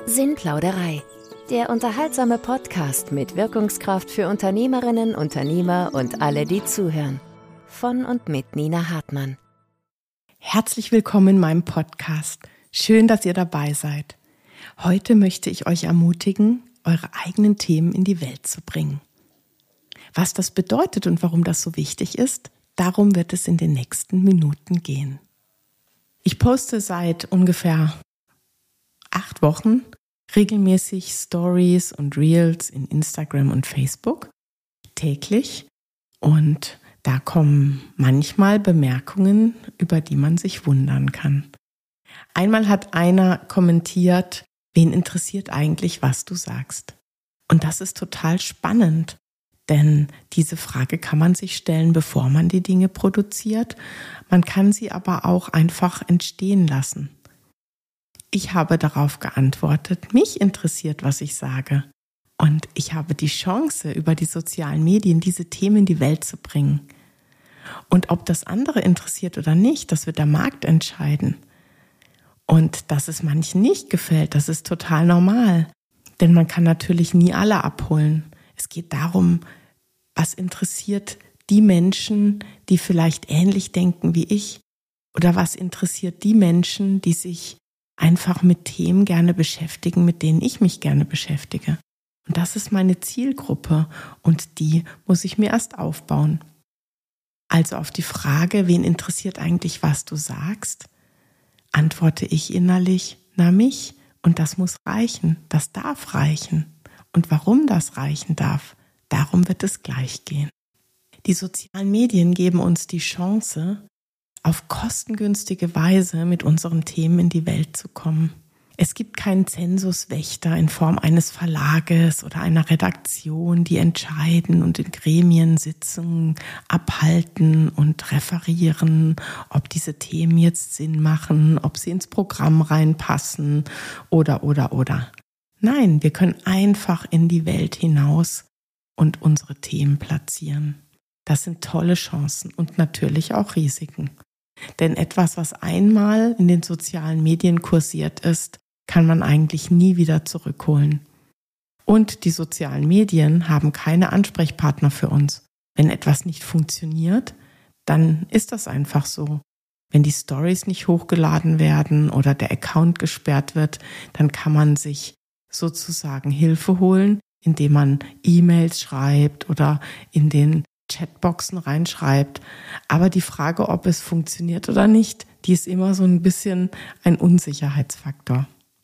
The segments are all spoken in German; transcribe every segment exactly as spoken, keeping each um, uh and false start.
Sinnplauderei, der unterhaltsame Podcast mit Wirkungskraft für Unternehmerinnen, Unternehmer und alle, die zuhören. Von und mit Nina Hartmann. Herzlich willkommen in meinem Podcast. Schön, dass ihr dabei seid. Heute möchte ich euch ermutigen, eure eigenen Themen in die Welt zu bringen. Was das bedeutet und warum das so wichtig ist, darum wird es in den nächsten Minuten gehen. Ich poste seit ungefähr acht Wochen regelmäßig Stories und Reels in Instagram und Facebook, täglich. Und da kommen manchmal Bemerkungen, über die man sich wundern kann. Einmal hat einer kommentiert, wen interessiert eigentlich, was du sagst? Und das ist total spannend, denn diese Frage kann man sich stellen, bevor man die Dinge produziert. Man kann sie aber auch einfach entstehen lassen. Ich habe darauf geantwortet, mich interessiert, was ich sage. Und ich habe die Chance, über die sozialen Medien diese Themen in die Welt zu bringen. Und ob das andere interessiert oder nicht, das wird der Markt entscheiden. Und dass es manchen nicht gefällt, das ist total normal. Denn man kann natürlich nie alle abholen. Es geht darum, was interessiert die Menschen, die vielleicht ähnlich denken wie ich? Oder was interessiert die Menschen, die sich einfach mit Themen gerne beschäftigen, mit denen ich mich gerne beschäftige? Und das ist meine Zielgruppe und die muss ich mir erst aufbauen. Also auf die Frage, wen interessiert eigentlich, was du sagst, antworte ich innerlich, na mich, und das muss reichen, das darf reichen. Und warum das reichen darf, darum wird es gleich gehen. Die sozialen Medien geben uns die Chance, auf kostengünstige Weise mit unseren Themen in die Welt zu kommen. Es gibt keinen Zensuswächter in Form eines Verlages oder einer Redaktion, die entscheiden und in Gremien Sitzungen abhalten und referieren, ob diese Themen jetzt Sinn machen, ob sie ins Programm reinpassen oder, oder, oder. Nein, wir können einfach in die Welt hinaus und unsere Themen platzieren. Das sind tolle Chancen und natürlich auch Risiken. Denn etwas, was einmal in den sozialen Medien kursiert ist, kann man eigentlich nie wieder zurückholen. Und die sozialen Medien haben keine Ansprechpartner für uns. Wenn etwas nicht funktioniert, dann ist das einfach so. Wenn die Stories nicht hochgeladen werden oder der Account gesperrt wird, dann kann man sich sozusagen Hilfe holen, indem man E-Mails schreibt oder in den Chatboxen reinschreibt. Aber die Frage, ob es funktioniert oder nicht, die ist immer so ein bisschen ein Unsicherheitsfaktor.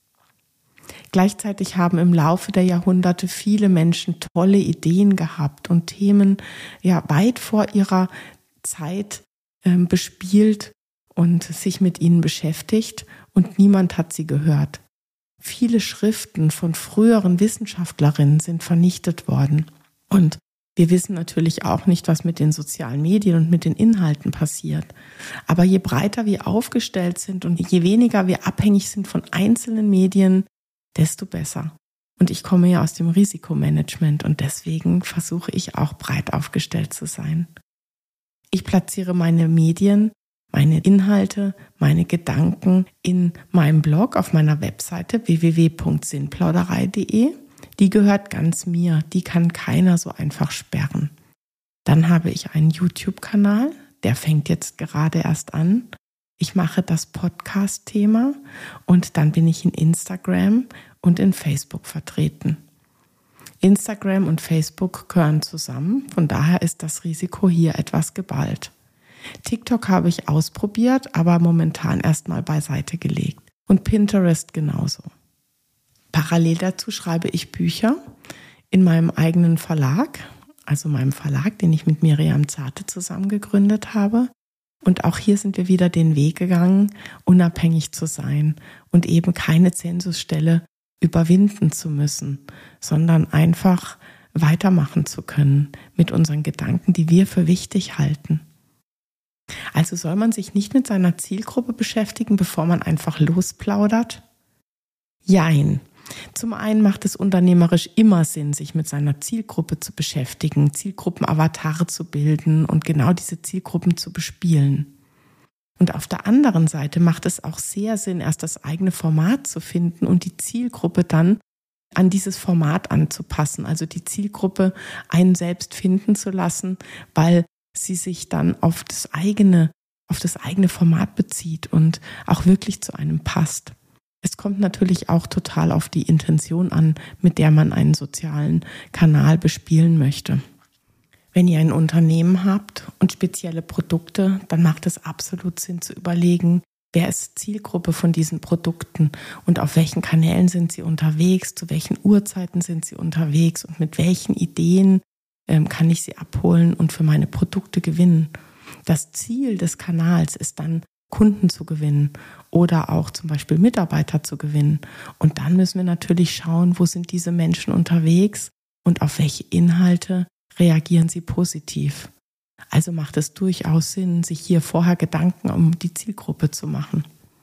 Gleichzeitig haben im Laufe der Jahrhunderte viele Menschen tolle Ideen gehabt und Themen ja weit vor ihrer Zeit äh, bespielt und sich mit ihnen beschäftigt und niemand hat sie gehört. Viele Schriften von früheren Wissenschaftlerinnen sind vernichtet worden und wir wissen natürlich auch nicht, was mit den sozialen Medien und mit den Inhalten passiert. Aber je breiter wir aufgestellt sind und je weniger wir abhängig sind von einzelnen Medien, desto besser. Und ich komme ja aus dem Risikomanagement und deswegen versuche ich auch breit aufgestellt zu sein. Ich platziere meine Medien, meine Inhalte, meine Gedanken in meinem Blog auf meiner Webseite w w w punkt sinnplauderei punkt d e. Die gehört ganz mir, die kann keiner so einfach sperren. Dann habe ich einen YouTube-Kanal, der fängt jetzt gerade erst an. Ich mache das Podcast-Thema und dann bin ich in Instagram und in Facebook vertreten. Instagram und Facebook gehören zusammen, von daher ist das Risiko hier etwas geballt. TikTok habe ich ausprobiert, aber momentan erstmal beiseite gelegt. Und Pinterest genauso. Parallel dazu schreibe ich Bücher in meinem eigenen Verlag, also meinem Verlag, den ich mit Miriam Zarte zusammen gegründet habe. Und auch hier sind wir wieder den Weg gegangen, unabhängig zu sein und eben keine Zensusstelle überwinden zu müssen, sondern einfach weitermachen zu können mit unseren Gedanken, die wir für wichtig halten. Also soll man sich nicht mit seiner Zielgruppe beschäftigen, bevor man einfach losplaudert? Jein. Zum einen macht es unternehmerisch immer Sinn, sich mit seiner Zielgruppe zu beschäftigen, Zielgruppenavatare zu bilden und genau diese Zielgruppen zu bespielen. Und auf der anderen Seite macht es auch sehr Sinn, erst das eigene Format zu finden und die Zielgruppe dann an dieses Format anzupassen. Also die Zielgruppe einen selbst finden zu lassen, weil sie sich dann auf das eigene, auf das eigene Format bezieht und auch wirklich zu einem passt. Es kommt natürlich auch total auf die Intention an, mit der man einen sozialen Kanal bespielen möchte. Wenn ihr ein Unternehmen habt und spezielle Produkte, dann macht es absolut Sinn zu überlegen, wer ist Zielgruppe von diesen Produkten und auf welchen Kanälen sind sie unterwegs, zu welchen Uhrzeiten sind sie unterwegs und mit welchen Ideen ähm, kann ich sie abholen und für meine Produkte gewinnen. Das Ziel des Kanals ist dann, Kunden zu gewinnen oder auch zum Beispiel Mitarbeiter zu gewinnen. Und dann müssen wir natürlich schauen, wo sind diese Menschen unterwegs und auf welche Inhalte reagieren sie positiv. Also macht es durchaus Sinn, sich hier vorher Gedanken um die Zielgruppe zu machen.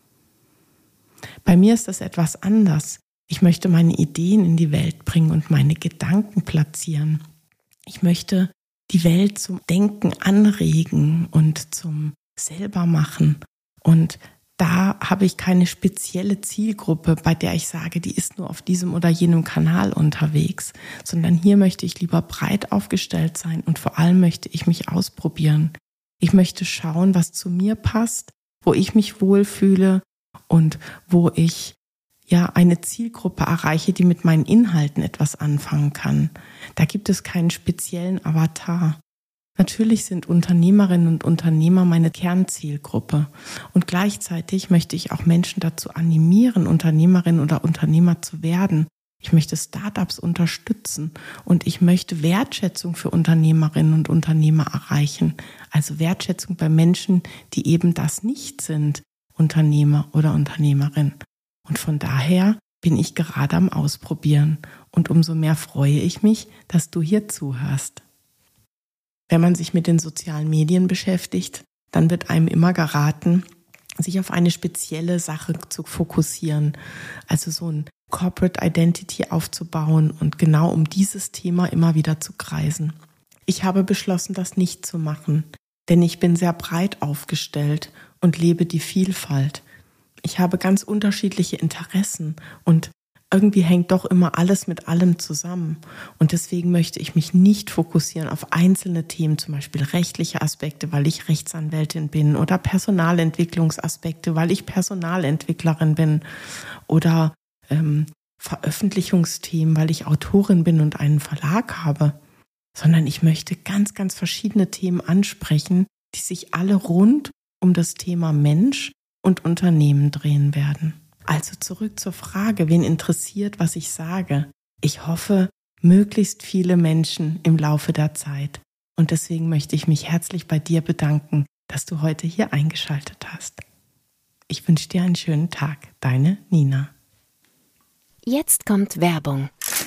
Bei mir ist das etwas anders. Ich möchte meine Ideen in die Welt bringen und meine Gedanken platzieren. Ich möchte die Welt zum Denken anregen und zum Selbermachen. Und da habe ich keine spezielle Zielgruppe, bei der ich sage, die ist nur auf diesem oder jenem Kanal unterwegs, sondern hier möchte ich lieber breit aufgestellt sein und vor allem möchte ich mich ausprobieren. Ich möchte schauen, was zu mir passt, wo ich mich wohlfühle und wo ich ja eine Zielgruppe erreiche, die mit meinen Inhalten etwas anfangen kann. Da gibt es keinen speziellen Avatar. Natürlich sind Unternehmerinnen und Unternehmer meine Kernzielgruppe und gleichzeitig möchte ich auch Menschen dazu animieren, Unternehmerinnen oder Unternehmer zu werden. Ich möchte Startups unterstützen und ich möchte Wertschätzung für Unternehmerinnen und Unternehmer erreichen. Also Wertschätzung bei Menschen, die eben das nicht sind, Unternehmer oder Unternehmerin. Und von daher bin ich gerade am Ausprobieren und umso mehr freue ich mich, dass du hier zuhörst. Wenn man sich mit den sozialen Medien beschäftigt, dann wird einem immer geraten, sich auf eine spezielle Sache zu fokussieren. Also so ein Corporate Identity aufzubauen und genau um dieses Thema immer wieder zu kreisen. Ich habe beschlossen, das nicht zu machen, denn ich bin sehr breit aufgestellt und lebe die Vielfalt. Ich habe ganz unterschiedliche Interessen und irgendwie hängt doch immer alles mit allem zusammen. Und deswegen möchte ich mich nicht fokussieren auf einzelne Themen, zum Beispiel rechtliche Aspekte, weil ich Rechtsanwältin bin, oder Personalentwicklungsaspekte, weil ich Personalentwicklerin bin, oder ähm, Veröffentlichungsthemen, weil ich Autorin bin und einen Verlag habe. Sondern ich möchte ganz, ganz verschiedene Themen ansprechen, die sich alle rund um das Thema Mensch und Unternehmen drehen werden. Also zurück zur Frage, wen interessiert, was ich sage? Ich hoffe, möglichst viele Menschen im Laufe der Zeit. Und deswegen möchte ich mich herzlich bei dir bedanken, dass du heute hier eingeschaltet hast. Ich wünsche dir einen schönen Tag. Deine Nina. Jetzt kommt Werbung.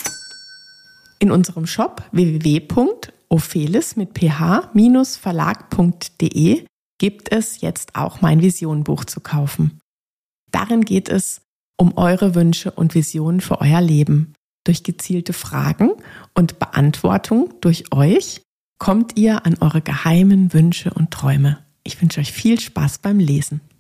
In unserem Shop w w w punkt ophelis mit ph verlag punkt de gibt es jetzt auch mein Visionenbuch zu kaufen. Darin geht es um eure Wünsche und Visionen für euer Leben. Durch gezielte Fragen und Beantwortung durch euch kommt ihr an eure geheimen Wünsche und Träume. Ich wünsche euch viel Spaß beim Lesen.